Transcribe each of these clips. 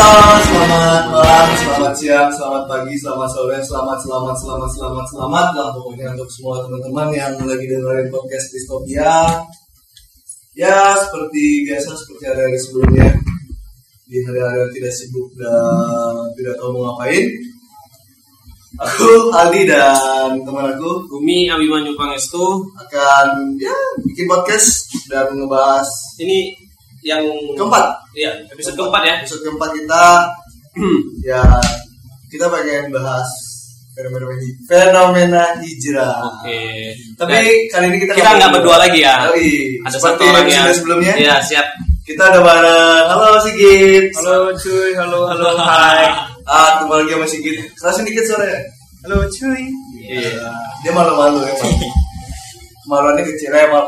Halo, selamat malam, selamat siang, selamat pagi, selamat sore, selamat lah pokoknya untuk semua teman-teman yang lagi dengerin podcast Distopia. Ya, seperti biasa, seperti hari-hari sebelumnya, di hari-hari yang tidak sibuk dan tidak tahu mau ngapain, aku Aldi dan teman aku Bumi Abimanyu Pangestu akan bikin podcast dan ngebahas ini yang keempat. Iya, episode keempat ya. Episode keempat kita ya kita pengen bahas fenomena hijrah. Oke. Tapi kali ini kita nggak berdua lagi ya. Ada satu orang yang sebelumnya. Iya, siap. Kita ada bareng. Halo Sigit. Halo cuy, halo, hai. Kembali lagi sama Sigit. Kerasin dikit suaranya. Halo cuy. Iya. Dia malu-malu ya, Pak. Maluannya kecil ya, Pak.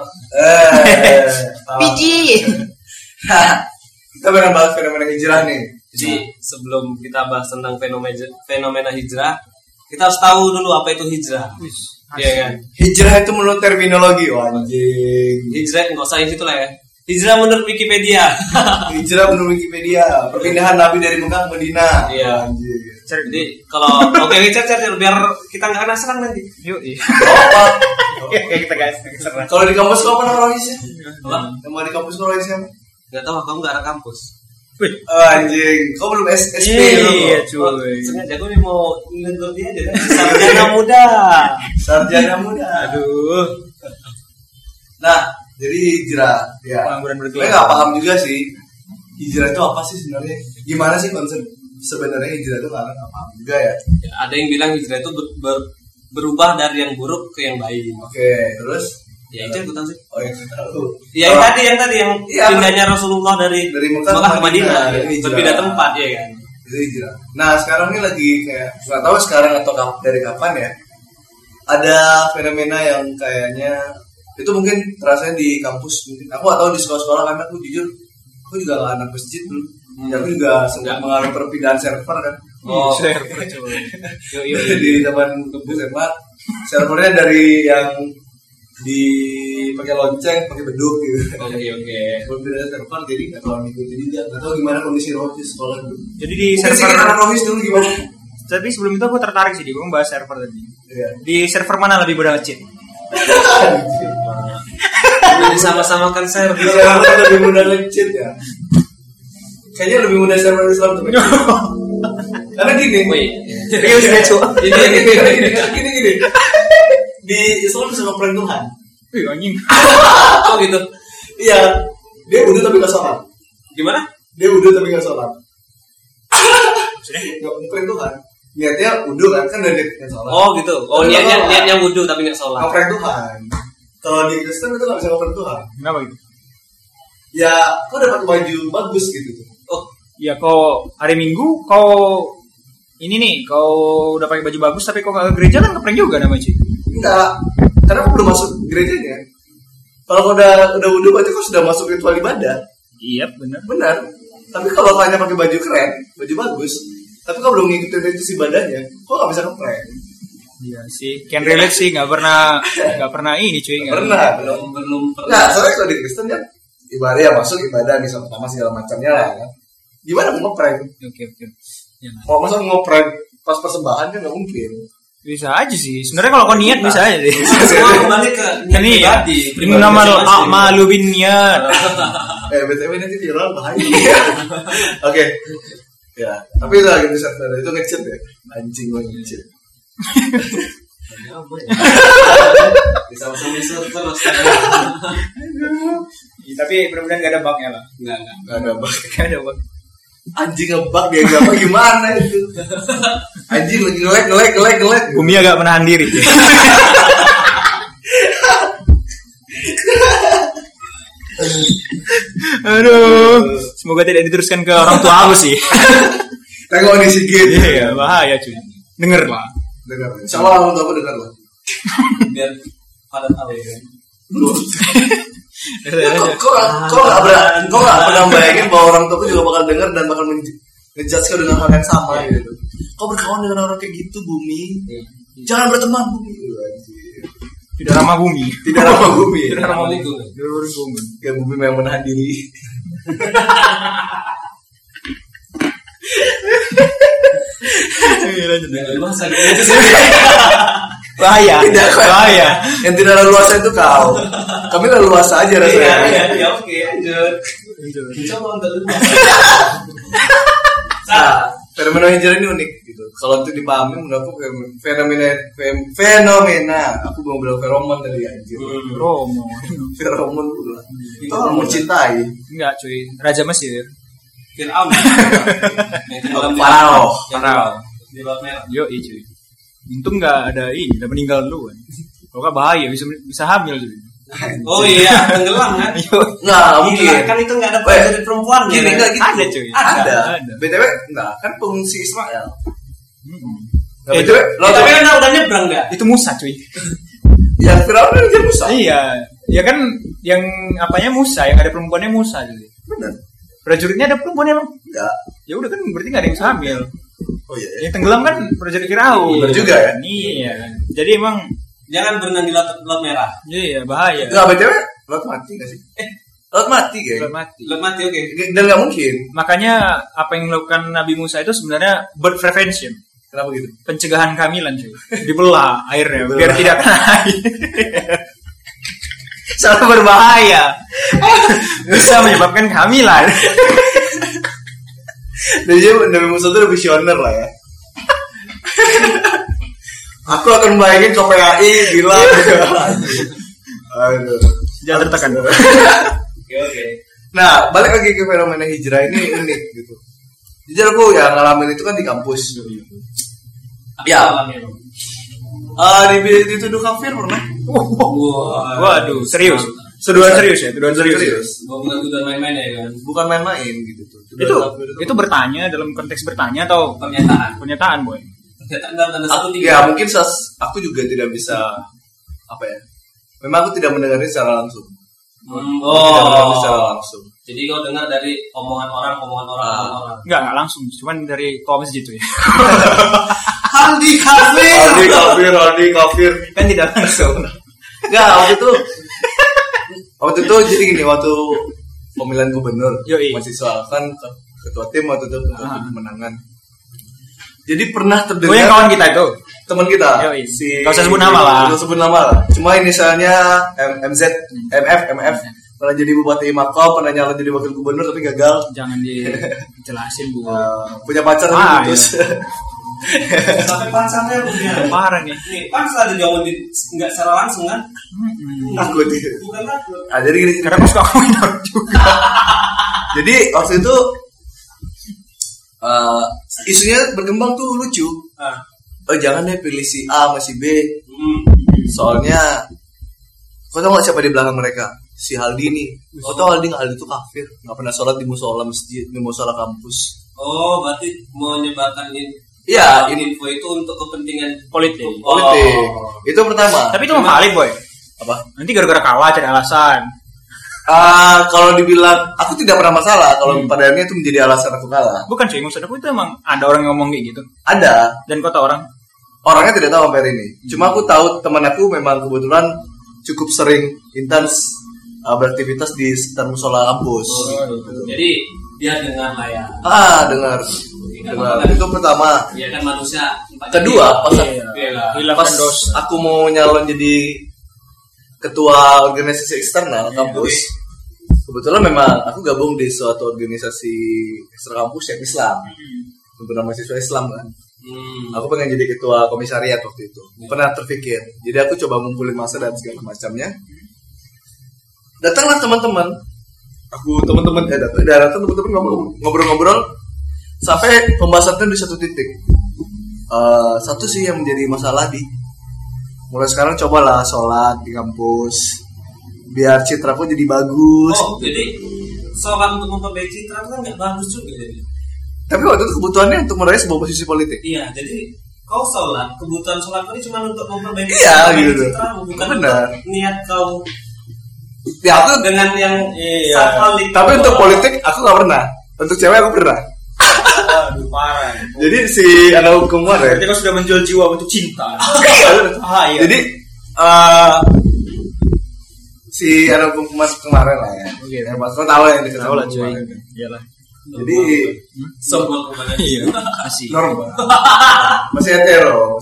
Biji. Kita pengen bahas fenomena hijrah nih. Jadi sebelum kita bahas tentang fenomena hijrah, kita harus tahu dulu apa itu hijrah. Iya kan? Hijrah itu menurut terminologi, anjing. Hijrah nggak usah itu lah ya. Hijrah menurut Wikipedia. Hijrah menurut Wikipedia, perpindahan Nabi dari Mekah ke Madinah. Iya. Anjir. Jadi kalau cari biar kita nggak kena serang nanti. Yuk. Oke, kita guys. kalau di kampus kau apa nama rohisnya? Apa? Nama di kampus kau rohisnya apa? Gak tahu, kamu nggak ada kampus. Anjing, kau belum SP dulu. Iya cuy. Sengaja gue mau ngegur dia aja. Sarjana muda. Sarjana muda. Aduh. Nah, jadi hijrah. Ya. Pengangguran Gue bergelar. nggak paham juga sih. Hijrah itu apa sih sebenarnya? Gimana sih konsep sebenarnya hijrah itu? Karena nggak paham juga ya. Ya, ada yang bilang hijrah itu berubah dari yang buruk ke yang baik. Oke, terus? Ya itu yang gue tahu sih. Oh, yang tahu. Ya yang tadi yang Iya, pindahnya Rasulullah dari Mekah ke Madinah, itu hijrah. berpindah tempat ya kan. Itu hijrah. Nah, sekarang ini lagi kayak nggak tahu sekarang atau dari kapan ya. Ada fenomena yang kayaknya itu mungkin rasanya di kampus mungkin. Aku nggak tahu di sekolah-sekolah karena aku jujur aku juga nggak anak masjid dulu. Ya, aku juga sempat mengalami perpindahan server kan. Oh, server coy. Yo. Di zaman kampus SMA servernya dari yang pakai lonceng, pakai beduk gitu. Oke. Perpindahan server jadi nggak terlalu ngikutin juga. Nggak tahu gimana kondisi rohis sekolah dulu. Jadi di Server server anak rohis dulu gimana? Tapi sebelum itu aku tertarik sih di bahas server tadi. Iya. Di server mana lebih mudah nge-cheat? Jadi sama-samakan server. Server lebih mudah nge-cheat ya. Kayaknya lebih mudah server Islam tuh. Karena gini. Wih. Serius ya cuy. Gini. Di Islam bisa ngeprank Tuhan. Wih anjing. Kok gitu? Iya. Dia udah tapi nggak sholat. Gimana? Dia udah tapi nggak sholat. Nggak ngeprank Tuhan. Niatnya udah kan dari niat sholat. Oh gitu. Oh niatnya wudu tapi nggak sholat. Ngeprank Tuhan. Kalau di Kristen itu nggak bisa ngeprank Tuhan. Kenapa gitu? Ya, kau dapat baju bagus gitu. Oh, Ya kau hari Minggu kau ini nih kau udah pakai baju bagus tapi kau nggak ke gereja kan ngeprank juga namanya cuy. Enggak. Karena aku belum masuk gerejanya. Kalau kau udah wudu berarti kau sudah masuk ritual ibadah. Iya benar. Benar. Tapi kalau hanya pakai baju keren, baju bagus, tapi kau belum ngikutin ritual ibadahnya, kau nggak bisa ngeprank. Iya sih. Can relate sih nggak pernah ini cuy. Nggak pernah. belum Nah, soalnya kalau di Kristen kan ibadah ya masuk ibadah nih sama segala macamnya lah kan. Gimana mau ngeprank? Oke. Ya. Kalau masa ngeprank pas persembahan kan nggak mungkin. Bisa aja sih. Sebenarnya kalau kau niat bisa aja deh. Semua kembali ke Kan iya. Innamal a'malu binniyat. BTW nanti viral bahaya. Oke. Ya, tapi itu lagi itu ngecit ya. Anjing gue ngecit. Sama-sama server. Tapi mudah-mudahan gak ada bugnya lah. Enggak. Gak ada bug. Anjing ngebug dia apa gimana itu? Anjing lagi ngelek. Bumi agak menahan diri. Aduh, semoga tidak diteruskan ke orang tua aku sih. Tengok nih Sigit. Iya, bahaya cuy. Denger lah. Dengar. Insyaallah orang tua aku dengar lah. Biar pada tahu ya. Kok nggak pernah bayangin bahwa orang tua juga bakal dengar dan bakal ngejudge kau dengan hal yang sama gitu. Kau berkawan dengan orang kayak gitu Bumi. Jangan berteman Bumi. Tidak ramah bumi. Tidak ramah bumi. Tidak ramah lingkungan. Ya bumi memang menahan diri. lanjut. Leluasa gitu sih. Bahaya. Tidak, Bahaya. Yang tidak leluasa itu kau. Kami leluasa aja rasanya. Iya, oke, lanjut. Coba untuk Nah, fenomena hijrah ini unik gitu. Kalau untuk dipahami menurut aku fenomena. Aku belum bilang feromon tadi anjir. Romo. Feromon pula. Itu orang mencintai. Enggak, cuy. Raja Mesir. Fir'aun. Farao. Di laut merah. Yo, cuy. Untung enggak ada ini, udah meninggal duluan. Kalau enggak bahaya bisa hamil cuy. Oh iya, tenggelam kan? Nggak mungkin. Gila, kan itu nggak ada prajurit perempuan Gini ya? nggak gitu. Ada cuy. Ada. Ada. BTW nggak kan pengungsi Ismail. Nggak Eh, BTW. Lo Tapi kan udah nyebrang nggak? Itu Musa cuy. yang Firaun kan dia Musa. Iya. Ya kan yang apanya Musa, yang ada perempuannya Musa cuy. Benar. Prajuritnya ada perempuannya emang? Enggak. Ya udah kan berarti enggak ada yang hamil. Oh iya. Yang tenggelam kan prajurit Firaun. Benar juga ya. Iya. Jadi emang Jangan berenang di laut merah. iya bahaya. Nggak BTW. Laut mati nggak sih? Laut mati Udah kayak. mati. Laut mati oke. Dan nggak mungkin. Makanya apa yang dilakukan Nabi Musa itu sebenarnya birth prevention, Kenapa gitu? pencegahan kehamilan cuy. Dibelah airnya Dibelah. biar tidak kena air. Sangat berbahaya. Bisa menyebabkan kehamilan. Dan dia Nabi Musa itu visioner lah ya. Aku akan membayangin KPAI gila. Aduh. Jangan tertekan. Oke. Nah, balik lagi ke fenomena hijrah ini unik gitu. Jujur aku ya ngalamin itu kan di kampus. Ya. Dituduh kafir pernah? Waduh, serius. Tuduhan serius ya, tuduhan serius. Bukan tuduhan main-main ya kan? Bukan main-main gitu tuh. Itu bertanya dalam konteks bertanya atau Pernyataan. pernyataan boy? Pernyataan dalam tanda satu tiga. Ya mungkin aku juga tidak bisa apa ya. Memang aku tidak mendengarnya secara langsung. Tidak mendengarnya secara langsung. Jadi kau dengar dari omongan orang. Enggak langsung, cuman dari ketua masjid tuh ya. Aldi kafir. Aldi kafir. Kan tidak langsung. Enggak, waktu itu jadi gini, waktu pemilihan gubernur Yoi. mahasiswa kan ketua tim waktu itu ketua tim pemenangan. Jadi pernah terdengar yang kawan kita itu. teman kita Yoi. Nggak usah sebut nama lah. Nggak usah sebut nama lah. Cuma inisialnya MZ, MF. Pernah jadi bupati Makau, pernah nyalon jadi wakil gubernur tapi gagal. Jangan dijelasin bu. Punya pacar tapi putus. Sampai pacarnya punya. Parah nih. Nih, kan ada jawaban nggak secara langsung kan? Aku dia. Bukan aku. Jadi gini. Karena aku suka ngomongin juga. Jadi waktu itu isunya berkembang tuh lucu. Oh jangan deh pilih si A sama si B. Soalnya kau tahu nggak siapa di belakang mereka? Si Haldi nih. Kau tahu Haldi nggak? Haldi itu kafir, nggak pernah sholat di musola masjid, di musola kampus. Oh, berarti menyebarkan Iya, info itu untuk kepentingan Politik. politik. Itu pertama. Tapi itu mah valid boy. Apa? Nanti gara-gara kalah cari alasan. Kalau dibilang aku tidak pernah masalah kalau pada akhirnya itu menjadi alasan aku kalah. Bukan cuy, maksud aku itu emang ada orang yang ngomong kayak gitu. Ada. Dan kau tahu orang? Orangnya tidak tahu sampai hari ini. Cuma aku tahu teman aku memang kebetulan cukup sering intens beraktivitas di sekitar musola kampus. Jadi dia dengar lah ya. Dengar. Itu pertama. Dia kan manusia. Kedua, pas Hilangkan dos. aku mau nyalon jadi ketua organisasi eksternal kampus. Kebetulan memang aku gabung di suatu organisasi ekstra kampus yang Islam. Beberapa mahasiswa Islam kan. Aku pengen jadi ketua komisariat waktu itu. Pernah terpikir. Jadi aku coba ngumpulin masa dan segala macamnya. Datanglah teman-teman. Datang teman-teman ngobrol-ngobrol sampai pembahasannya di satu titik. Satu sih yang menjadi masalah mulai sekarang cobalah sholat di kampus biar citraku jadi bagus. Oh, jadi sholat untuk memperbaiki citra itu kan nggak bagus juga jadi. Tapi waktu itu kebutuhannya untuk meraih sebuah posisi politik. Iya, jadi kau sholat, kebutuhan sholat ini cuma untuk memperbaiki gitu. citra, bukan Benar. untuk niat kau. Ya aku Dengan yang tapi untuk politik aku nggak pernah. Untuk cewek aku pernah. Aduh parah. Jadi si anak hukum kemarin. Berarti kau sudah menjual jiwa untuk cinta. Iya. Jadi si anak hukum kemarin lah ya. Oke. Mas kau tahu yang diketahui Tahu lah cuy. Iyalah. Jadi sombong kebanyakan. Iya, masih. normal. Masih hetero.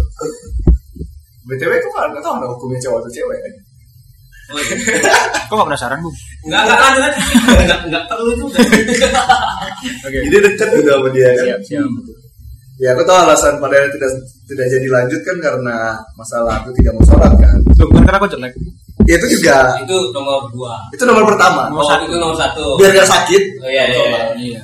BTW itu kan nggak tahu ada hukumnya cowok atau cewek. Oh, iya. Kok nggak penasaran, Bu? Enggak lanjut aja. Enggak perlu juga. Oke. Jadi dekat juga sama dia kan. Siap. Ya aku tahu alasan pada tidak jadi lanjut kan karena masalah aku tidak mau sholat kan. Loh, bukan karena aku jelek. Ya, itu juga. Itu nomor 2. Itu nomor pertama. Itu nomor 1. Biar gak sakit. Oh iya. Iya.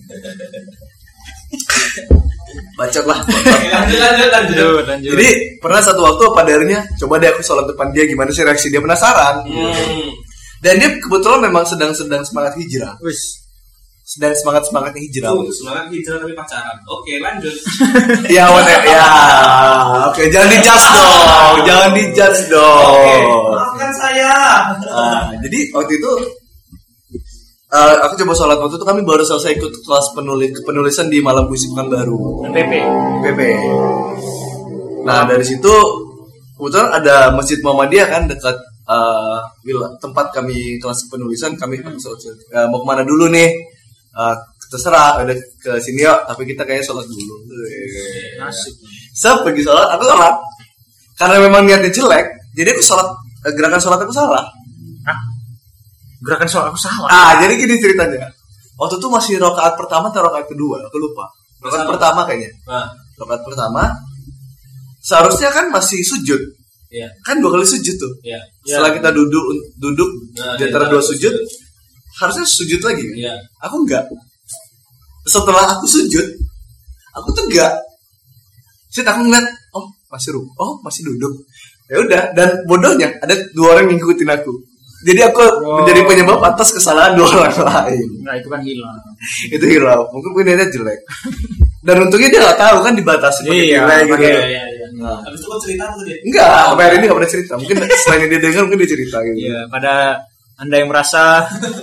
Bacot lah. Lanjut. Jadi pernah satu waktu padanya coba deh aku sholat depan dia gimana sih reaksi dia, penasaran. Dan dia kebetulan memang sedang semangat hijrah. Wis. Sedang semangatnya hijrah. Semangat hijrah tapi pacaran. Oke, lanjut. Ya, oke, jangan dijudge dong. Oke, maafkan saya. Jadi waktu itu aku coba sholat waktu itu kami baru selesai ikut kelas penulisan di Malam Puisi Pekanbaru. PP. Nah dari situ kebetulan ada Masjid Muhammadiyah kan dekat tempat kami kelas penulisan. Kami mau kemana dulu nih? Terserah, udah ke sini yuk. Tapi kita kayaknya sholat dulu. Asik. Pergi sholat, aku sholat. Karena memang niatnya jelek, jadi aku sholat, gerakan sholat aku salah. Hah? Gerakan sholat aku salah? Jadi gini ceritanya. Waktu itu masih rakaat pertama atau rakaat kedua, aku lupa. Rakaat pertama kayaknya. Rakaat pertama, seharusnya kan masih sujud. Iya. Kan 2 kali sujud tuh. Iya. Setelah kita duduk di antara 2 sujud, harusnya sujud lagi. Iya. Aku enggak. Setelah aku sujud, aku tegak. Aku ngeliat, masih duduk. Ya udah, dan bodohnya ada 2 orang yang ngikutin aku. Jadi aku menjadi penyebab atas kesalahan 2 orang lain. Nah, itu kan hilang. Itu hilang. Mungkin punyanya jelek. Dan untungnya dia nggak tahu kan dibatasi pakai nilai gitu. Iya. Habis itu kok cerita tuh dia? Enggak, sampai hari ini nggak pernah cerita. Mungkin selain dia dengar, mungkin dia cerita gitu. Iya, pada Anda yang merasa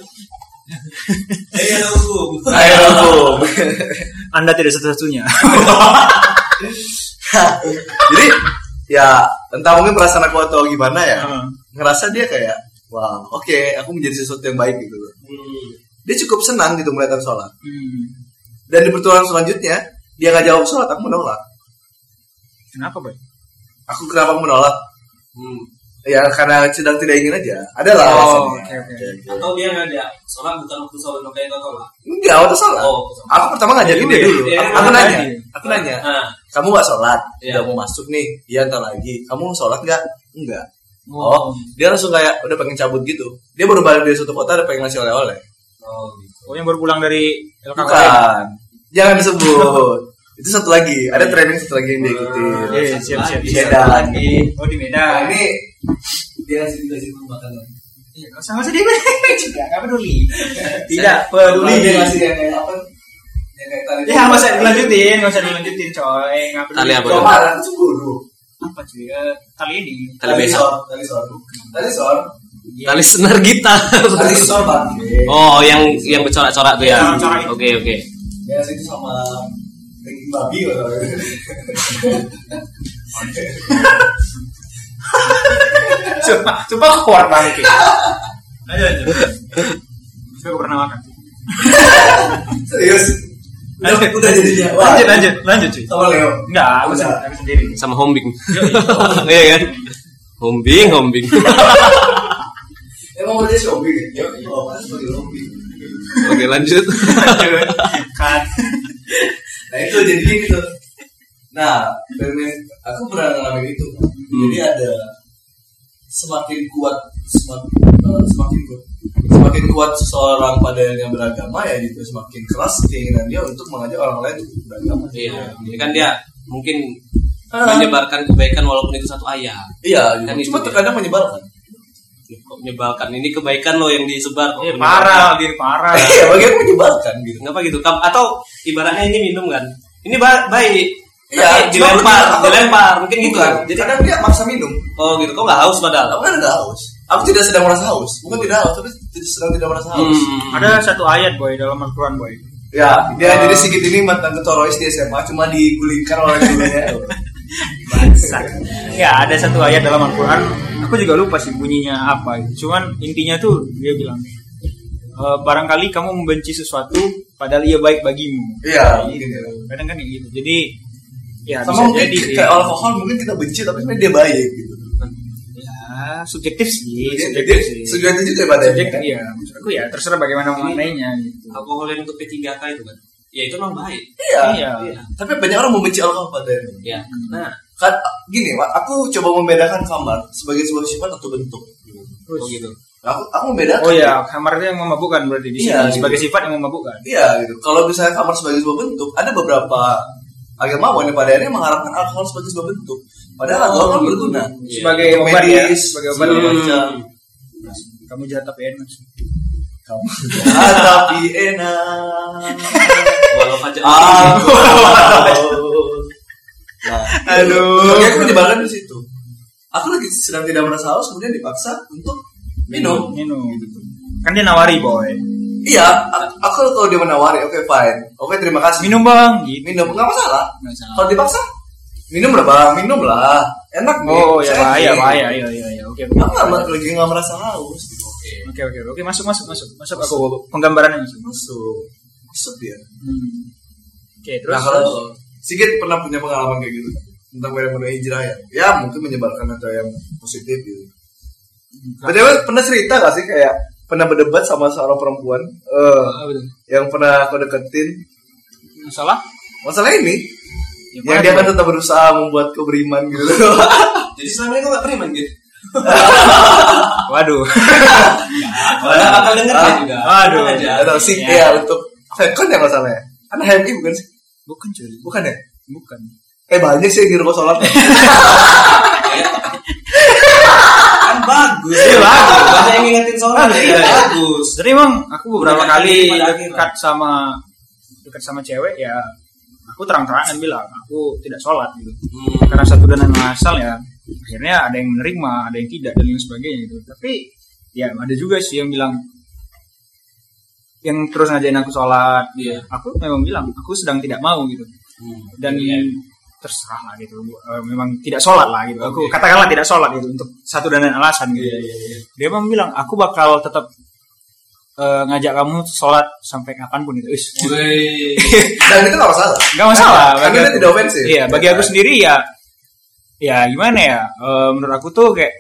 Ayo hukum. Anda tidak satu-satunya. Jadi ya entah mungkin perasaan aku atau gimana ya, ngerasa dia kayak wow, oke, aku menjadi sesuatu yang baik gitu. Dia cukup senang gitu melihat aku sholat. Dan di pertemuan selanjutnya dia nggak jawab sholat, aku menolak. Kenapa, Boy? Kenapa menolak? Ya karena sedang tidak ingin aja. Adalah alasannya. Okay. Atau dia ngajak sholat bukan waktu sholat makanya kau tolak? Enggak, waktu sholat. Aku pertama ngajakin dia dulu. Aku nanya. Kamu nggak sholat? Udah mau masuk nih. Iya, ntar lagi. Kamu mau sholat nggak? Enggak. Dia langsung kayak udah pengen cabut gitu. Dia baru balik dari suatu kota, udah pengen ngasih oleh-oleh. Gitu. Yang baru pulang dari Bukan. Jangan disebut. Itu satu lagi. Ada training satu lagi yang dia ikutin. Siap. Di Medan lagi. Oh, di Medan. Nah, ini dia ngasih makanan. Iya, nggak usah di Medan juga. Nggak peduli. Tidak peduli. Dia ngasih yang kayak apa? Yang kayak tali. Ya, nggak usah dilanjutin, coy. Nggak peduli. Tali apa? Kemarin cemburu. Apa cuy? Tali ini. Tali besok. Tali sor. Tali senar gitar. Tali sor, Pak. Oh, yang bercorak-corak tuh ya. Oke. Dia ngasih itu sama daging babi loh. Coba keluar balik. Ayo. Saya pernah makan. Serius? Udah jadinya. Lanjut cuy. Sama Leo. Enggak, aku sendiri. Sama Hombing. Iya kan? Hombing. Emang udah si Hombing ya? Oh, pas sebagai Hombing. Oke, lanjut. Kan. Nah itu jadinya gitu. Nah, aku pernah ngalamin itu. Jadi ada semakin kuat seseorang pada yang beragama ya gitu, semakin keras keinginan dia untuk mengajak orang lain untuk beragama. Iya, ini kan dia mungkin menyebarkan kebaikan walaupun itu satu ayat. Iya, kan cuma terkadang menyebalkan. Kok menyebalkan? Ini kebaikan loh yang disebar. Iya, parah. Iya, bagaimana menyebalkan gitu. Kenapa gitu? Atau ibaratnya ini minum kan? Ini baik. Iya, dilempar, mungkin gitu. Jadi kadang dia maksa minum. Oh gitu, kok nggak haus padahal? Aku kan nggak haus. Aku tidak sedang merasa haus. Bukan tidak haus, tapi sedang tidak merasa haus. Ada satu ayat boy dalam Al-Quran boy. Ya, dia jadi sedikit ini mantan ketorois di SMA, cuma digulingkan oleh gurunya. Bangsat. Ya, ada satu ayat dalam Al-Quran. Aku juga lupa sih bunyinya apa. Cuman intinya tuh dia bilang, barangkali kamu membenci sesuatu padahal ia baik bagimu. Iya, gitu. Kadang kan gitu. Jadi ya sama bisa mungkin jadi sih. kayak alkohol mungkin kita benci tapi sebenarnya dia baik gitu. Ya, subjektif sih. Subjektif juga pada Subjektif iya. Maksud aku ya terserah bagaimana memaknainya gitu. Alkohol yang untuk P3K itu kan. Ya itu memang baik. Iya. Tapi banyak orang membenci alkohol pada Iya. Nah, kan gini, aku coba membedakan kamar sebagai sebuah sifat atau bentuk. oh gitu. Aku membedakan. Oh iya, kamar itu yang memabukkan berarti di sini Iya, sebagai gitu. sifat yang memabukkan. Iya gitu. Kalau misalnya kamar sebagai sebuah bentuk, ada beberapa agamawan yang pada akhirnya mengharapkan alkohol sebagai sebuah bentuk. Padahal alkohol kan berguna. Sebagai obat ya, Medis, sebagai obat segala macam. macam. Kamu jahat tapi enak sih. Kamu tapi enak. Walau aja. Nah, makanya aku menyebarkan di situ. Aku lagi sedang tidak merasa haus, kemudian dipaksa untuk minum. Gitu. Kan dia nawari boy. Iya, aku kalau dia menawari, oke fine, oke terima kasih. Minum bang, gitu. Minum nggak masalah. Nggak salah. Kalau dipaksa, minum lah bang, minum lah, enak nih. Oh ya Saya bahaya, nih. iya. Oke. Aku lagi nggak merasa haus. Oke, masuk. Aku penggambarannya Masuk dia. Oke, terus. Nah kalau Sigit pernah punya pengalaman kayak gitu tentang fenomena hijrah ya? Ya mungkin menyebarkan ada yang positif gitu. Padahal pernah cerita gak sih kayak pernah berdebat sama seorang perempuan betul. yang pernah aku deketin masalah ini yang dia kan tetap berusaha membuat kau beriman gitu. Jadi selama ini kok gak beriman gitu? Waduh. Waduh, bakal denger dia juga. Waduh. Atau sih ya untuk Falcon ya masalahnya. Kan HMI bukan sih? Bukan cuy. Bukan ya? Bukan. Banyak sih yang di rumah sholat. Kan bagus. Iya bagus. Banyak yang ngingetin sholat. Iya bagus. Jadi emang aku beberapa Udah kali pada dekat sama cewek ya, aku terang-terangan bilang aku tidak sholat gitu. Karena satu dan lain asal ya, akhirnya ada yang menerima, ada yang tidak dan lain sebagainya gitu. Tapi ya ada juga sih yang bilang, yang terus ngajain aku sholat. Iya. Aku memang bilang aku sedang tidak mau gitu. Dan terserah lah gitu. Memang tidak sholat lah gitu. Aku katakanlah tidak sholat gitu untuk satu dan lain alasan gitu. Iya. Dia memang bilang aku bakal tetap ngajak kamu sholat sampai kapanpun itu. Dan itu nggak masalah. Nggak masalah. Karena itu tidak ofensif. Iya, bagi aku sendiri ya gimana ya? Menurut aku tuh kayak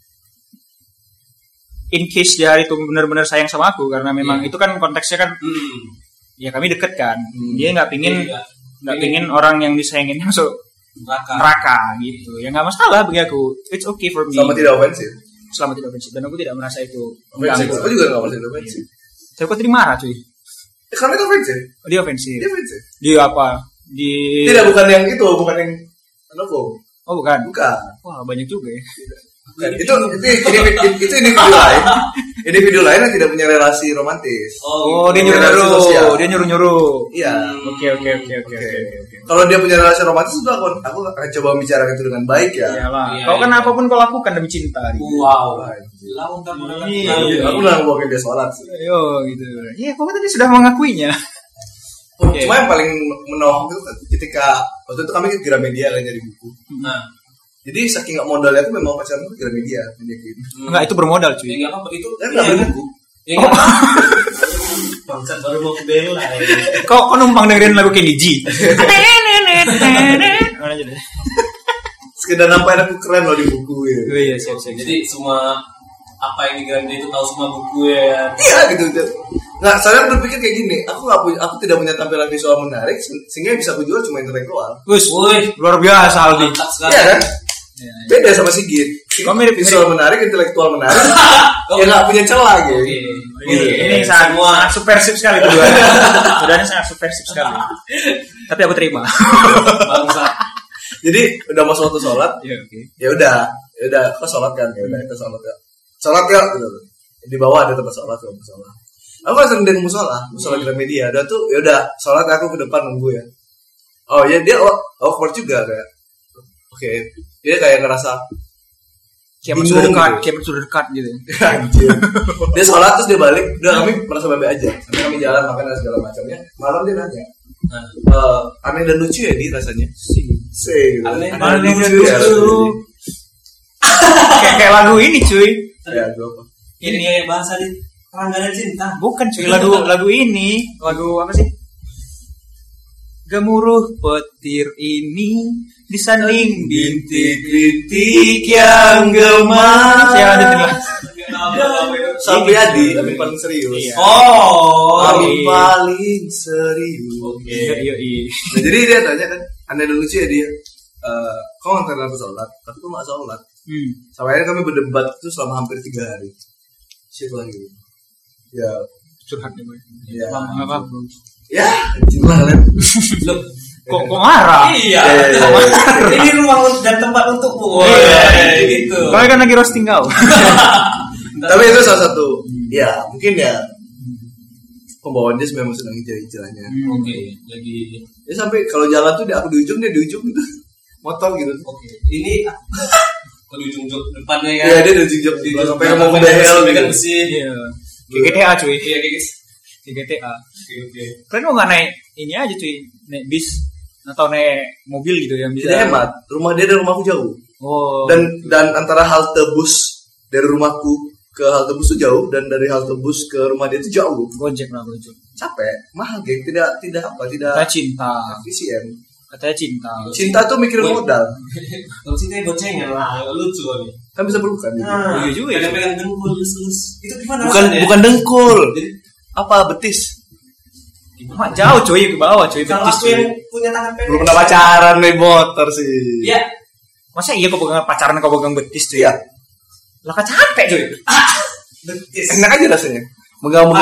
in case dia hari itu benar-benar sayang sama aku, karena memang itu kan konteksnya kan ya kami deket kan. Dia nggak pingin orang yang disayangin masuk neraka gitu. Ya nggak masalah bagi aku. It's okay for me. Selama tidak ofensif. Dan aku tidak merasa itu Ofensif. Aku juga nggak merasa itu ofensif. Saya kok tadi marah cuy. Karena itu ofensif. Dia ofensif. Dia apa? Tidak, bukan yang itu, bukan yang anoko. Oh bukan. Wah banyak juga ya. Itu individu lain. Individu lain yang tidak punya relasi romantis. Oh, dia nyuruh-nyuruh. Iya. Oke. Kalau dia punya relasi romantis itu aku akan coba bicara itu dengan baik ya. Iyalah. Kau kan apapun kau lakukan demi cinta. Wow. Aku udah ngomongin dia sholat sih. Yo gitu. Iya, kau tadi sudah mengakuinya. Cuma yang paling menolong itu ketika waktu itu kami ke Gramedia kan nyari buku. Jadi saking gak modalnya aku memang pacarnya ke Gramedia. Enggak, itu bermodal cuy. Enggak apa-apa itu. Enggak beli buku. Bangsat baru mau ke Bella. Kau numpang dengerin lagu Kenny G. Sekedar nampain aku keren loh di buku ya. Oh iya, siap. Jadi semua apa yang di Gramedia itu tahu semua buku ya. Iya gitu. Nah, saya berpikir kayak gini, aku tidak punya tampilan visual menarik sehingga yang bisa aku jual cuma intelektual. Wih, luar biasa Aldi. Iya kan? Beda sama Sigit. Kau mirip visual menarik, intelektual menarik. Ya nggak punya celah gitu. Ini sangat subversif sekali keduanya. Keduanya sangat subversif sekali. Tapi aku terima. Bangsa. Jadi udah mau waktu sholat. Ya udah, kita sholat kan. Ya udah kita sholat ya. Sholat ya. Di bawah ada tempat sholat, Aku kan sering dari musola Gramedia. Udah tuh, ya udah sholat aku ke depan nunggu ya. Oh ya dia awkward juga kayak. Oke, dia kayak ngerasa Kiamat sudah dekat gitu. Anjir. Dia sholat terus dia balik, udah kami merasa baik aja. Sampai kami jalan makan dan segala macamnya. Malam dia nanya, aneh dan lucu ya di rasanya. Aneh dan lucu ya. Kayak lagu ini cuy. Ya, gue apa? Ini bahasa nih. Pelanggaran cinta. Bukan cuy, lagu ini, lagu apa sih? Gemuruh petir ini disanding bintik-bintik yang gemas. Ya ada nih. Sampai Adi, tapi paling serius. Iya. Kami paling serius. Oke. Iya. Nah, jadi dia tanya kan, aneh dan lucu ya dia. Kau nganterin aku sholat, tapi kau nggak sholat. Sampai akhirnya kami berdebat itu selama hampir 3 hari. Shit lagi. Ya. Curhat nih gue. Ya. Apa? Ya, cinta kalian. Kok marah? Iya. Ini ruang dan tempat untukmu. Gitu. Kau kan lagi roasting kau. Tapi itu salah satu. Ya, mungkin ya. Pembawaan dia memang sedang hijrah-hijrahnya. Oke, lagi. Ya sampai kalau jalan tuh aku di ujung, dia di ujung gitu. Motor gitu. Oke. Ini di ujung depannya ya. Iya, dia di ujung sampai mau ke behel pegang gitu. mesin. Iya. GTA cuy. Iya, guys. GTA. Oke. Kalian mau nggak naik ini aja cuy, naik bis atau naik mobil gitu yang bisa. Jadi hemat. Rumah dia dan rumahku jauh. Oh. Dan antara halte bus dari rumahku ke halte bus itu jauh, dan dari halte bus ke rumah dia itu jauh. Gojek lah Gojek. Capek, mahal geng, tidak Katanya cinta. efisien. Katanya cinta. Cinta tuh mikirin modal. Kalau cinta boncengan lah, lucu nih. Kan bisa pelukan gitu. Iya juga ya. Pegang dengkul lus. Itu gimana? Bukan dengkul. Apa betis? Mak jauh cuy ke bawah cuy, Kalau betis aku cuy. yang punya tangan pendek. Belum pernah pacaran nih motor sih. Iya. Masa iya kau pegang pacaran kau pegang betis cuy? Iya. Lah kan capek cuy. Betis. Enak aja rasanya. Megang-megang.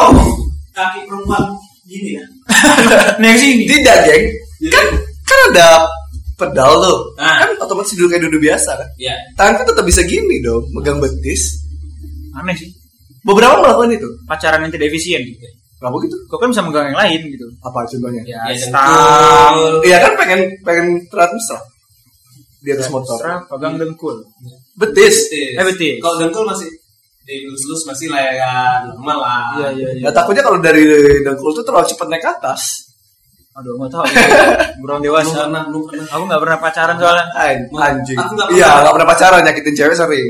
Kaki perempuan gini ya. Nih yang sini. Tidak, geng. Kan ada pedal tuh. Nah. Kan otomatis duduk kayak duduk biasa kan. Iya. Tangan kan tetap bisa gini dong, megang betis. Aneh sih. Beberapa melakukan itu. Pacaran yang tidak efisien gitu. Kenapa gitu? Kau kan bisa megang yang lain gitu. Apa contohnya? Ya, Ya, stang. Iya kan pengen terlihat mesra di atas motor. Serah, pegang dengkul. Betis. Betis. Kalau dengkul masih dilus-lus masih layangan normal lah. Iya. Nah, takutnya kalau dari dengkul tuh terlalu cepat naik ke atas. Aduh, nggak tahu. Belum dewasa. Belum pernah. Aku nggak pernah pacaran soalnya. Anjing. Aku nggak Iya, pernah. nggak pernah pacaran, nyakitin cewek sering.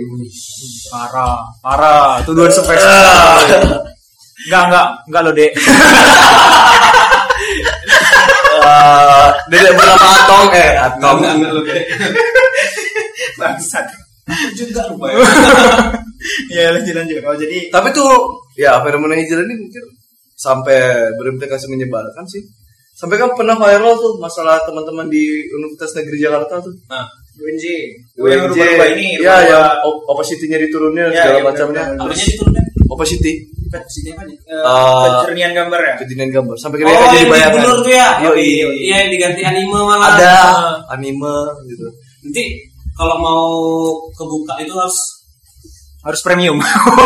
Parah. Tuduhan spesial. Enggak lo, Dek. Dedek bernama Atong. Atong. Enggak lu deh. Bangsat. Juga lupa ya. Iya, lanjut. Oh, jadi Tapi tuh, ya fenomena hijrah ini mungkin sampai berimplikasi menyebalkan sih. Sampai kan pernah viral tuh masalah teman-teman di Universitas Negeri Jakarta tuh. Nah, UNJ. UNJ. Iya, ya opacity-nya diturunin Ya, segala iya, macamnya. benar. apanya diturunin? Opacity, Sini apa nih? Kejernihan gambar ya? kejadian gambar. Sampai Oh, kira jadi yang bayangan. diblur tuh ya? Yoi. Iya, yang diganti anime malah. Ada anime gitu. Nanti kalau mau kebuka itu Harus premium.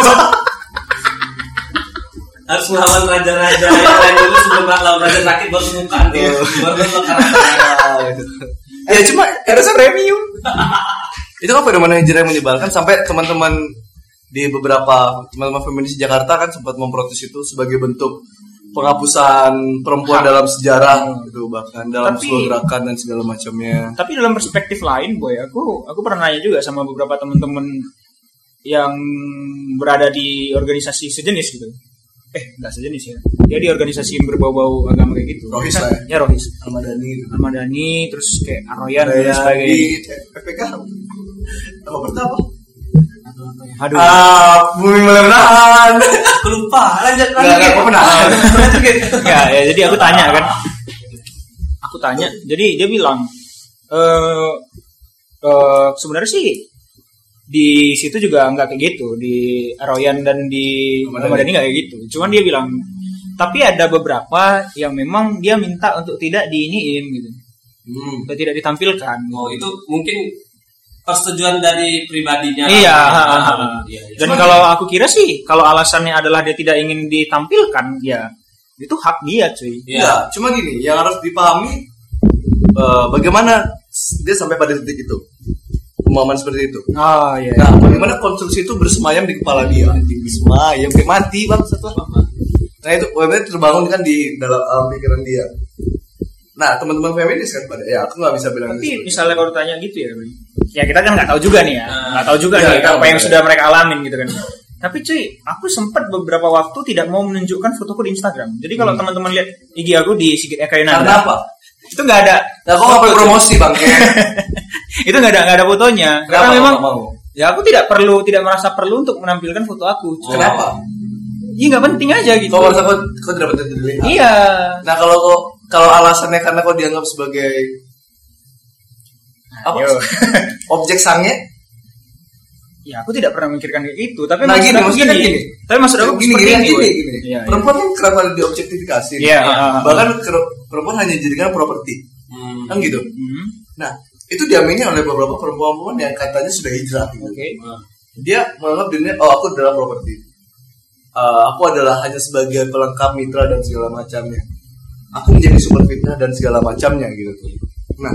harus melawan raja-raja yang lain dulu sebelum lawan raja sakit baru kebuka nanti. Baru lo karakter. Ya cuma harusnya premium. Itu kan fenomena hijrah yang menyebalkan sampai teman-teman di beberapa teman-teman feminis di Jakarta kan sempat memprotes itu sebagai bentuk penghapusan perempuan dalam sejarah gitu, bahkan dalam Tapi- sebuah gerakan dan segala macamnya. Tapi dalam perspektif lain, boy, aku pernah nanya juga sama beberapa teman-teman yang berada di organisasi sejenis gitu. Enggak sejenis ya. Dia di organisasi yang berbau-bau agama kayak gitu. Rohis Kan- lah ya. Ya Rohis. Almadani, Terus kayak Aroyan dan sebagainya. PPK. Apa pertama? Aduh. Bumi Melenahan. Aku lupa. Lanjut. Enggak pernah. Ya, jadi aku tanya kan. Aku tanya, jadi dia bilang sebenarnya sih di situ juga nggak kayak gitu, di Aroyan dan di Ramadhani nggak kayak gitu. Cuman dia bilang, tapi ada beberapa yang memang dia minta untuk tidak diiniin gitu, untuk tidak ditampilkan. Oh, itu mungkin persetujuan dari pribadinya. Iya. Iya. Dan kalau aku kira sih, kalau alasannya adalah dia tidak ingin ditampilkan, ya itu hak dia, cuy. Iya, cuma gini, yang harus dipahami bagaimana dia sampai pada titik itu. Pemahaman seperti itu. Oh iya. Nah, bagaimana konstruksi itu bersemayam di kepala dia? Bersemayam kayak mati bang setelah. Nah itu benar terbangun kan di dalam pikiran dia. Nah teman-teman feminis kan pada ya aku nggak bisa bilang. Tapi misalnya kalau tanya gitu ya kita kan nggak tahu juga nih ya, nggak tahu juga Iya, nih kan, apa yang sudah mereka alamin gitu kan. Tapi cuy, aku sempat beberapa waktu tidak mau menunjukkan fotoku di Instagram. Jadi kalau teman-teman lihat IG aku di Sigit Eka Yunanda. Karena apa? Itu nggak ada. Nah, kok nggak perlu promosi bang? Itu nggak ada fotonya. Kenapa? Karena memang Mau? ya aku tidak merasa perlu untuk menampilkan foto aku. Kenapa? Iya nggak penting aja gitu. Kau merasa kau tidak penting dilihat? Iya. Nah kalau alasannya karena kau dianggap sebagai apa? Objek sange? Ya aku tidak pernah memikirkan kayak gitu. Tapi Nah gini, maksudnya kan gini. Tapi maksud aku gini. Iya, perempuan kan kerap kali diobjektifikasi. Iya. Bahkan perempuan hanya dijadikan properti. Kan gitu. Nah itu diamini oleh beberapa perempuan yang katanya sudah hijrah. Gitu. Oke. Dia menganggap dirinya, aku adalah properti. Aku adalah hanya sebagai pelengkap mitra dan segala macamnya. Aku menjadi sumber fitnah dan segala macamnya gitu. Nah,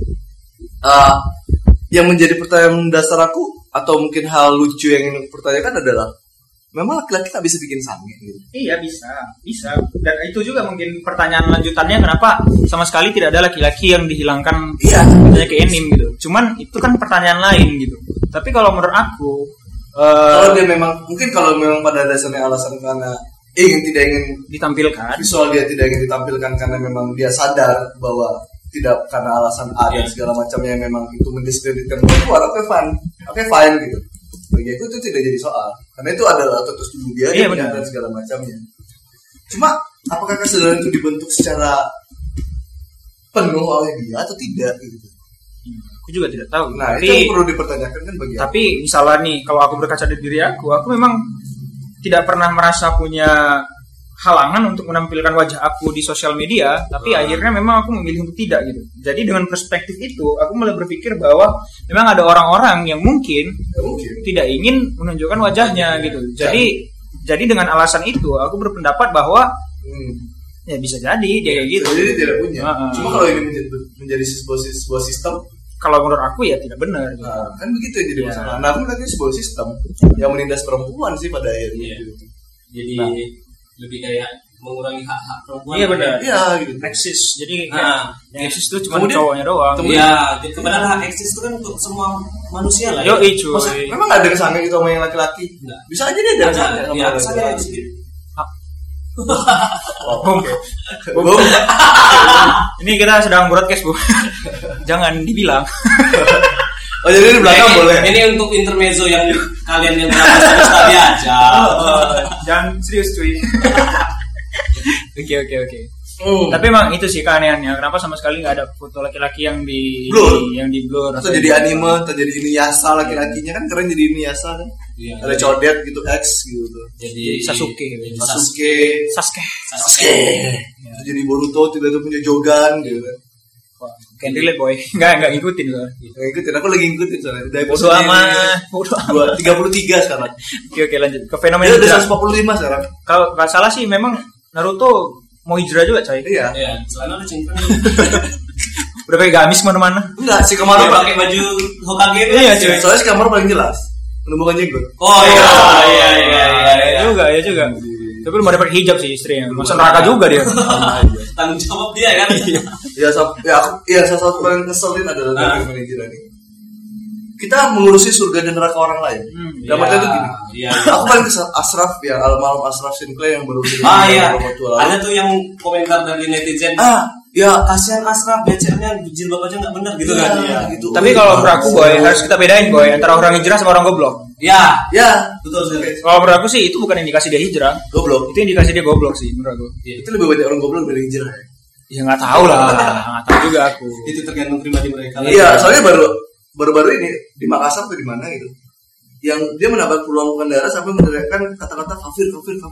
yang menjadi pertanyaan dasar aku atau mungkin hal lucu yang ingin aku pertanyakan adalah, memang laki-laki tak bisa bikin sange gitu? Iya bisa. Dan itu juga mungkin pertanyaan lanjutannya, kenapa sama sekali tidak ada laki-laki yang dihilangkan misalnya ke enim gitu. Cuman itu kan pertanyaan lain gitu. Tapi kalau menurut aku, kalau dia memang pada dasarnya alasan karena tidak ingin ditampilkan, visual dia tidak ingin ditampilkan karena memang dia sadar bahwa tidak karena alasan A dan segala macamnya yang memang itu mendiskreditkan perempuan, oke fine gitu. Bagi aku itu tidak jadi soal karena itu adalah status tubuh dia dan segala macamnya. Cuma apakah kesadaran itu dibentuk secara penuh oleh dia atau tidak gitu? Aku juga tidak tahu. Nah itu yang perlu dipertanyakan kan bagi aku. Tapi misalnya nih, kalau aku berkaca dari diri aku memang tidak pernah merasa punya halangan untuk menampilkan wajah aku di sosial media, tapi akhirnya memang aku memilih untuk tidak gitu. Jadi dengan perspektif itu, aku mulai berpikir bahwa memang ada orang-orang yang mungkin tidak ingin menunjukkan wajahnya gitu. Jadi dengan alasan itu, aku berpendapat bahwa ya bisa jadi dia kayak gitu. Jadi tidak punya. Cuma kalau ini menjadi sebuah sistem, kalau menurut aku ya tidak benar. Gitu. Kan begitu yang jadi masalah. Nah, aku melihatnya sebuah sistem yang menindas perempuan sih pada akhirnya. Gitu. Jadi lebih kayak mengurangi hak-hak perempuan. Iya benar. Iya gitu. Eksis. Jadi yang eksis itu cuma cowoknya doang. Iya, padahal hak eksis itu kan untuk semua manusia lah. Yo, cuy. Memang ada kesannya gitu sama yang laki-laki? Enggak. Bisa aja dia ada kesannya sama yang laki-laki. Bung. Ini kita sedang broadcast, Bu. Jangan dibilang. Oh jadi di belakang boleh. Ini untuk intermezzo yang kalian yang berapa tadi aja. Jangan serius cuy. Oke. Tapi emang itu sih keanehannya. Kenapa sama sekali nggak ada foto laki-laki yang di blur? Atau jadi anime, atau jadi Inuyasha laki-lakinya kan keren jadi Inuyasha kan. Iya, ada codet gitu X gitu. Jadi Sasuke. Ya. Jadi Boruto tiba-tiba punya Jogan gitu kan. Can't relate boy. Enggak ngikutin loh. Ngikutin, aku lagi ngikutin soalnya. Bodo amat. 33 sekarang. Oke lanjut. Ke fenomena hijrah. Udah 145 sekarang. Kalau enggak salah sih memang Naruto mau hijrah juga coy. Iya. Soalnya udah cingkrang. Udah kayak gamis mana-mana. Enggak, si Kamaru pakai baju Hokage itu. Iya, cuy. Soalnya si Kamaru paling jelas. Menemukan jenggot. Oh iya. Ya juga. Tapi belum dapat hijab sih istrinya. Masa neraka juga dia. Tanggung jawab dia kan. Salah satu paling ngeselin adalah manajer ini. Kita mengurusi surga dan neraka orang lain. Dalam artian itu gini. Aku paling kesal Ashraf ya, almarhum Ashraf Sinclair yang baru ada tuh yang komentar dari netizen. Ya kasihan Ashraf, BCL-nya jilbab aja nggak benar gitu kan. Gitu. Tapi kalau menurut aku boy harus kita bedain boy antara orang hijrah sama orang goblok. Ya, betul sekali. Kalau menurut aku sih itu bukan indikasi dia hijrah. Goblok. Itu indikasi dia goblok sih menurut aku. Itu lebih banyak orang goblok dari hijrah. Ya nggak tahu lah, nggak tahu juga aku. Itu tergantung pribadi mereka. Iya, soalnya baru-baru ini di Makassar atau di mana gitu, yang dia mendapat peluang pengendara sampai meneriakkan kata-kata kafir.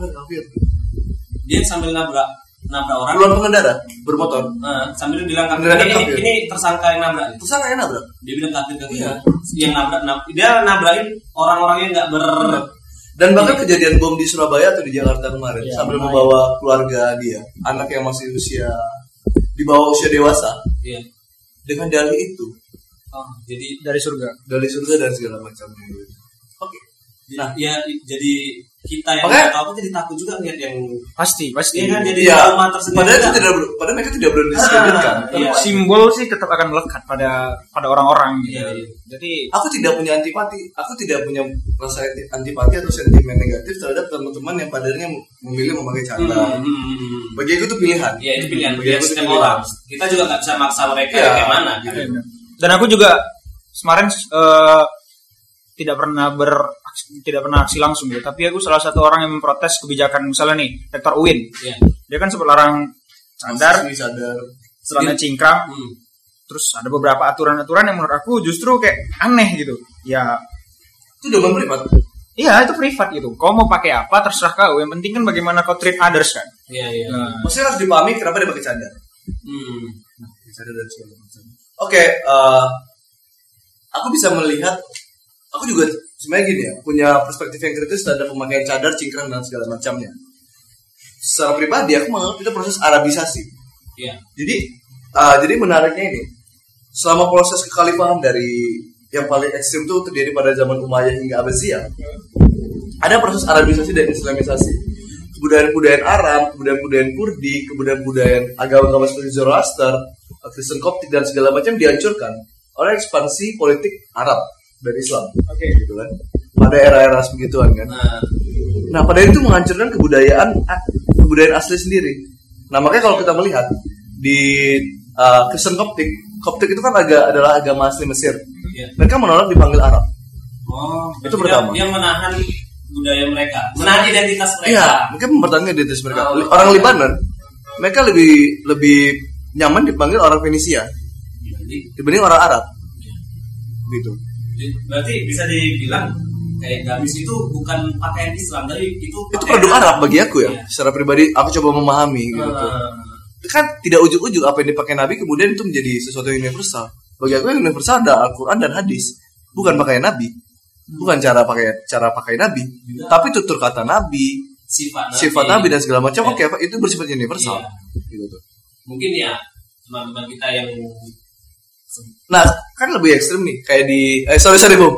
Dia sambil nabrak orang. Peluang pengendara bermotor. Sambil bilang ini tersangka yang nabrak. Dia bilang kafir. Iya. Yang dia nabrakin orang-orang yang nggak Dan bahkan kejadian bom di Surabaya atau di Jakarta kemarin sambil membawa keluarga dia, anak yang masih di bawah usia dewasa. Iya. Dengan dalih itu. Jadi dari surga dan segala macamnya. Oke. Nah, ya jadi kita yang nggak tahu jadi takut juga lihat yang pasti kan jadi trauma tersendiri. Padahal mereka tidak perlu diskreditkan. Simbol sih tetap akan melekat pada orang-orang gitu. Jadi aku tidak punya antipati, aku tidak punya rasa antipati atau sentimen negatif terhadap teman-teman yang padanya memilih memakai cadar. Bagi aku itu pilihan. Iya, itu pilihan. Setiap orang. Kita juga nggak bisa maksa mereka kayak mana. Gitu. Dan aku juga kemarin tidak pernah aksi langsung gitu, tapi aku salah satu orang yang memprotes kebijakan misalnya nih Rektor UIN. Dia kan sempat larang cadar, celana cingkrang. Terus ada beberapa aturan-aturan yang menurut aku justru kayak aneh gitu. Ya itu domain privat. Iya, itu privat gitu. Kau mau pakai apa terserah kau. Yang penting kan bagaimana kau treat others kan. Iya. Maksudnya harus dipahami kenapa dia pakai cadar. Cadar dan segala macam. Oke, aku bisa melihat. Aku juga sebenarnya gini ya, punya perspektif yang kritis terhadap pemakaian cadar, cingkrang dan segala macamnya. Secara pribadi aku menganggap itu proses Arabisasi. Iya. Jadi menariknya ini, selama proses kekhalifahan dari yang paling ekstrim itu terjadi pada zaman Umayyah hingga Abbasiyah, ada proses Arabisasi dan Islamisasi. Kebudayaan Arab, kebudayaan Kurdi, kebudayaan agama-agama seperti Zoroaster, Kristen Koptik dan segala macam dihancurkan oleh ekspansi politik Arab dan Islam. Gitu kan. Pada era-era begituan kan. Nah, pada itu menghancurkan kebudayaan asli sendiri. Nah, makanya kalau kita melihat di Kristen Koptik itu kan adalah agama asli Mesir. Mereka menolak dipanggil Arab. Itu pertama. Dia menahan budaya mereka, menahan identitas mereka. Iya, mungkin mempertahankan identitas mereka. Orang Libanon, mereka lebih nyaman dipanggil orang Fenisia dibanding orang Arab. Gitu. Berarti bisa dibilang kayak gamis itu bukan pakaian Islam, tapi itu produk Arab bagi aku ya. Secara pribadi aku coba memahami gitu. Kan tidak ujuk-ujuk apa yang dipakai Nabi kemudian itu menjadi sesuatu yang universal. Bagi aku yang universal ada Al-Quran dan hadis, bukan pakaian Nabi, bukan cara pakai Nabi, tapi tutur kata Nabi, sifat Nabi dan segala macam. Oke, itu bersifat universal. Gitu tuh. Mungkin ya teman-teman kita yang nah kan lebih ekstrim nih kayak di sorry bum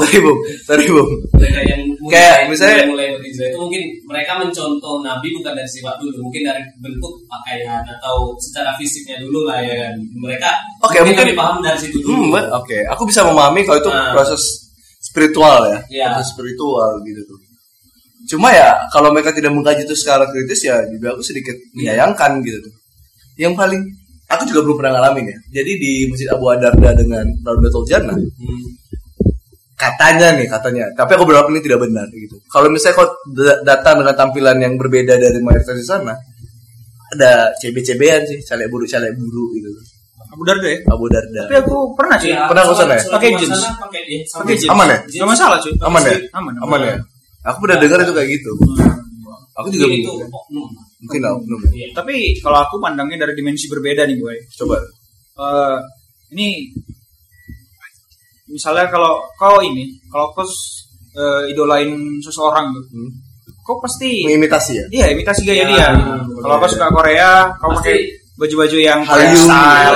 kayak misalnya mulai berhijrah itu mungkin mereka mencontoh Nabi bukan dari sifat dulu, mungkin dari bentuk pakaian atau secara fisiknya dulu lah ya kan. Mereka mungkin lebih paham dari situ dulu. Aku bisa memahami kalau itu proses spiritual ya. Proses spiritual gitu tuh. Cuma ya kalau mereka tidak mengkaji itu secara kritis ya juga aku sedikit menyayangkan gitu tuh. Yang paling aku juga belum pernah ngalamin ya. Jadi di Masjid Abu Darda dengan Raudatul Jannah. Katanya, tapi aku berharap ini tidak benar gitu. Kalau misalnya kau datang dengan tampilan yang berbeda dari mayoritas di sana, ada cebe-cebean sih, calek buru gitu. Abu Darda ya? Abu Darda. Tapi aku pernah sih. Pernah ke sana ya? Pakai jeans. Aman ya? Enggak masalah cuy. Aman ya? Aku pernah dengar itu kayak gitu. Aku juga mungkin Tapi kalau aku pandangnya dari dimensi berbeda nih boy. Coba. Ini misalnya kalau kau idolain seseorang tuh, kau pasti mengimitasi ya? Iya, imitasi gaya dia. Kalau kau suka Korea, kau pakai baju-baju yang Korea style.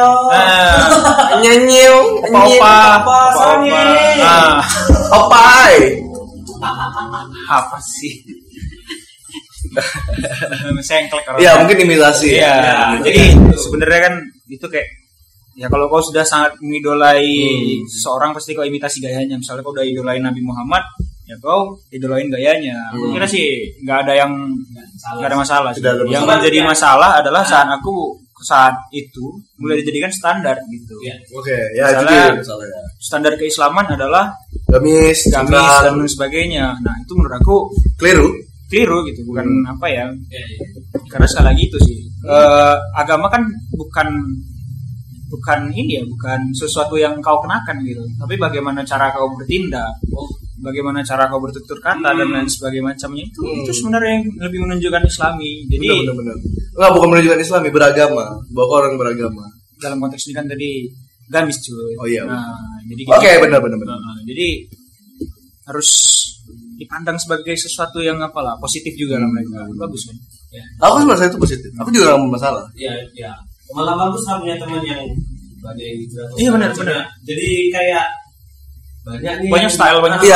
Nyanyiu, opai. Apa sih? Sengklek orang. Ya mungkin imitasi. Ya. Jadi sebenarnya kan itu kayak ya kalau kau sudah sangat mengidolai seseorang pasti kau imitasi gayanya. Misalnya kau udah idolain Nabi Muhammad, ya kau idolain gayanya. Aku kira sih nggak ada masalah. Yang menjadi masalah adalah saat itu mulai dijadikan standar gitu. Oke, ya misalnya standar keislaman adalah gamis dan sebagainya. Nah itu menurut aku keliru gitu, bukan apa ya? Karena sekali lagi itu sih agama kan bukan sesuatu yang kau kenakan gitu, tapi bagaimana cara kau bertindak, bagaimana cara kau bertutur kata dan lain sebagainya macamnya itu sebenarnya yang lebih menunjukkan Islami. Jadi benar. Bukan menunjukkan Islami, beragama, bahwa orang beragama. Dalam konteks ini kan tadi gamis cuy. Oh iya. Nah, jadi benar. Jadi harus dipandang sebagai sesuatu yang positif juga lah mereka. Bagus kan? Ya. Aku merasa itu positif. Aku juga nggak masalah. Iya. Malah bagus lah punya teman yang badai hijrah. Iya benar. Jadi kayak banyak style banyak. Iya,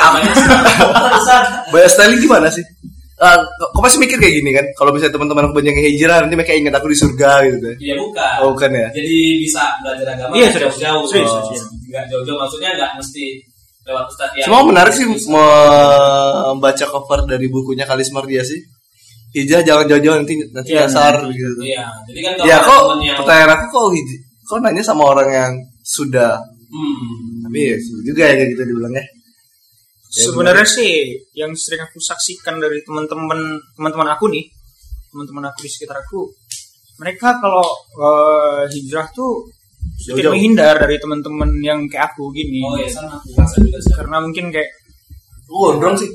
banyak style gimana sih? Kok masih mikir kayak gini kan? Kalau misalnya teman-teman aku banyak yang hijrah, nanti mereka ingat aku di surga gitu kan? Iya bukan. Oh, bukan ya? Jadi bisa belajar agama jauh-jauh. Nggak jauh-jauh, maksudnya nggak mesti lewat ustadz yang. Cuma menarik sih membaca cover dari bukunya Kalis Mardia sih. Hijrah jangan jauh-jauh nanti dasar gitu. Iya, jadi kan ya kok pertanyaan aku kok nanya sama orang yang sudah. Tapi ya juga ya kayak gitu dibilangnya. Sebenarnya sih yang sering aku saksikan dari teman-teman aku nih, teman-teman aku di sekitar aku, mereka kalau hijrah tuh sedikit menghindar dari teman-teman yang kayak aku gini. Oh iya, sama aku rasa juga sih. Karena mungkin kayak gondrong sih.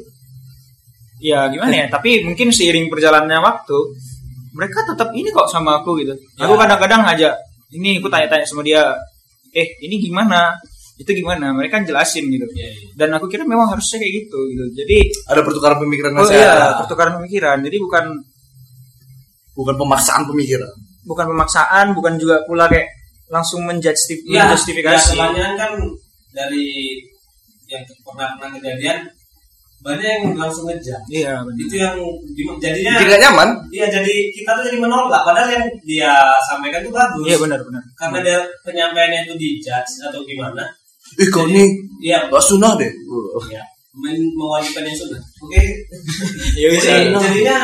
Ya gimana ya, tapi mungkin seiring perjalannya waktu mereka tetap ini kok sama aku gitu. Ya. Aku kadang-kadang aja ini aku tanya-tanya sama dia, ini gimana? Itu gimana? Mereka jelasin gitu. Ya. Dan aku kira memang harusnya kayak gitu. Jadi ada pertukaran pemikiran pertukaran pemikiran. Jadi bukan pemaksaan pemikiran. Bukan pemaksaan, bukan juga pula kayak langsung menjustifikasi. Ya, kebanyakan kan dari yang pernah kejadian banyak yang langsung ngejam. Iya, benar. Itu yang jadinya tidak nyaman. Iya, jadi kita tuh jadi menolak padahal yang dia sampaikan itu bagus. Iya, benar. Karena dia penyampaiannya itu dijudge atau gimana? Kau nih gak sunnah deh. Iya, mewajibkan yang sunnah. Oke. Iya, bisa. Jadinya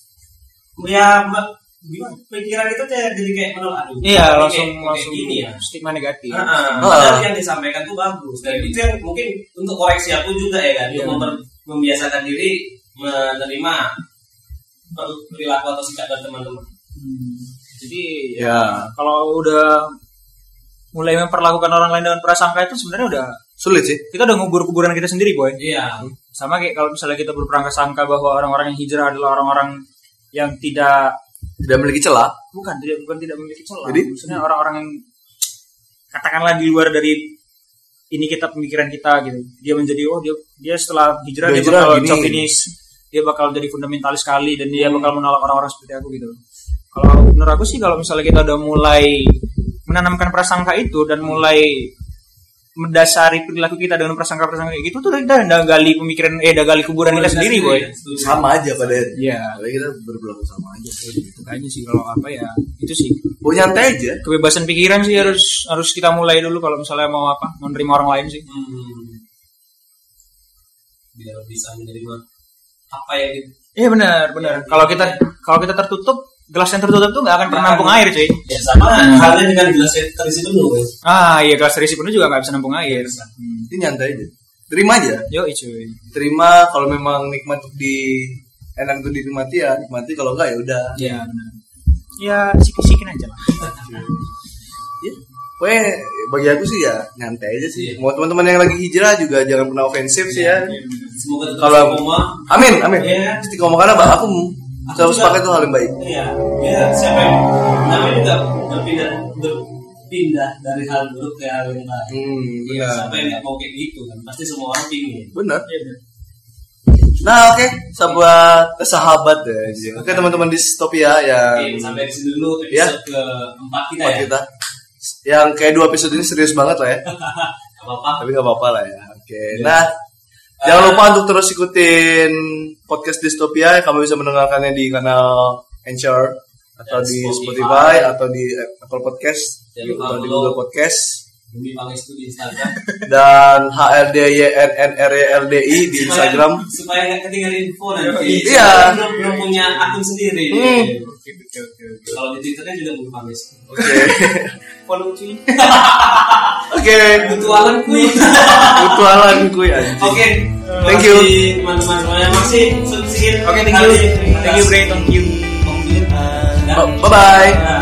ya gimana? Pikiran itu jadi kayak menolak. Iya, langsung ini ya. Stigma negatif. Padahal yang disampaikan itu bagus. Dan itu yang mungkin untuk koreksi aku juga ya kan. Iya, membiasakan diri menerima perilaku atau sikap dari teman-teman. Jadi ya kalau udah mulai memperlakukan orang lain dengan prasangka itu sebenarnya udah sulit sih. Kita udah ngubur kuburan kita sendiri, boy. Iya. Sama kayak kalau misalnya kita berprasangka bahwa orang-orang yang hijrah adalah orang-orang yang tidak memiliki celah. Bukan tidak memiliki celah. Jadi maksudnya orang-orang yang katakanlah di luar dari ini kita pemikiran kita gitu. Dia menjadi dia setelah hijrah dia bakal chauvinis, dia bakal jadi fundamentalis sekali dan dia bakal menolak orang-orang seperti aku gitu. Kalau menurut aku sih kalau misalnya kita udah mulai menanamkan prasangka itu dan mulai mendasari perilaku kita dengan prasangka-prasangka kayak gitu tuh kita udah gali pemikiran udah gali kuburan kita sendiri, boy. Sama aja pada iya. Kita berperilaku sama aja gitu aja sih kalau apa ya. Itu sih. Mau nyantai aja. Kebebasan pikiran sih harus kita mulai dulu kalau misalnya mau menerima orang lain sih. Biar bisa menerima apa yang iya benar. Kalau kita tertutup, gelas yang tertutup tuh nggak akan pernah nampung air, cuy. Ya sama halnya dengan gelas yang terisi penuh. Iya, gelas terisi penuh juga nggak bisa nampung air. Ini nyantai aja. Terima aja. Yo, cuy. Terima kalau memang nikmat enak untuk dinikmati ya nikmati, kalau enggak ya udah. Iya benar. Ya sikit-sikit aja lah. Ya, pokoknya bagi aku sih ya nyantai aja sih. Mau teman-teman yang lagi hijrah juga jangan pernah ofensif sih ya. Semoga kalau amin. Ya. Istiqomah karena aku selalu sepakat itu hal yang baik. Iya. Siapa yang namanya juga berpindah dari hal buruk ke hal yang baik. Iya. Siapa yang nggak mau kayak gitu kan? Pasti semua orang pingin. Benar. Nah, oke, sahabat ya. Oke, teman-teman Distopia yang sampai di sini dulu episode keempat kita. Yang kayak 2 episode ini serius banget lah ya. Tapi nggak apa-apa lah ya. Oke. Nah, jangan lupa untuk terus ikutin podcast Distopia. Kamu bisa mendengarkannya di kanal Anchor atau di Spotify atau di Apple Podcast atau di Google Podcast. Bumi Pangis itu di Instagram dan HRDYNNRELDI di Instagram supaya nggak ketinggalan info nanti. Iya. Belum punya akun sendiri. Kalau di Twitternya juga Bumi Pangis. Oke. Follow cuy. Oke. Mutualan kuy. Oke. Thank you teman-teman semuanya masih sedikit. Oke, thank you Bray, thank you. Bye bye.